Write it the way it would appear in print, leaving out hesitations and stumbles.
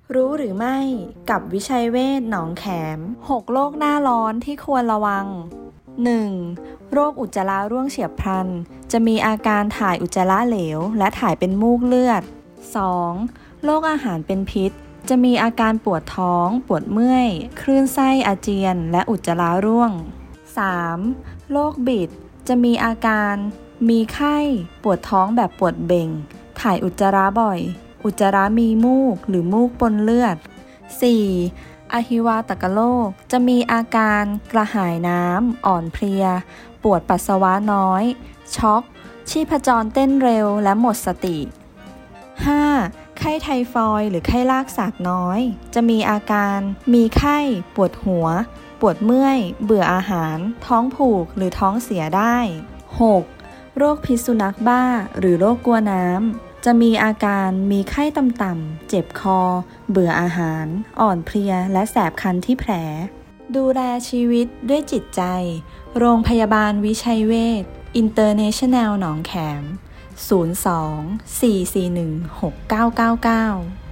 รู้หรือไม่กับวิชัยเวชหนองแขม6โรคหน้าร้อนที่ควรระวัง 1. โรคอุจจาระร่วงเฉียบพลันจะมีอาการถ่ายอุจจาระเหลวและถ่ายเป็นมูกเลือด 2. โรคอาหารเป็นพิษจะมีอาการปวดท้องปวดเมื่อยคลื่นไส้อาเจียนและอุจจาระร่วง 3. โรคบิดจะมีอาการมีไข้ปวดท้องแบบปวดเบ่งถ่ายอุจจาระบ่อยอุจจาระมีมูกหรือมูกปนเลือด 4. อหิวาตกโรคจะมีอาการกระหายน้ำอ่อนเพลียปวดปัสสาวะน้อยช็อกชีพจรเต้นเร็วและหมดสติ 5. ไข้ไทฟอยด์หรือไข้ลากสากน้อยจะมีอาการมีไข้ปวดหัวปวดเมื่อยเบื่ออาหารท้องผูกหรือท้องเสียได้ 6. โรคพิษสุนัขบ้าหรือโรคกลัวน้ำจะมีอาการมีไข้ต่ำๆเจ็บคอเบื่ออาหารอ่อนเพลียและแสบคันที่แผลดูแลชีวิตด้วยจิตใจโรงพยาบาลวิชัยเวชอินเตอร์เนชั่นแนลหนองแขม02 441 6999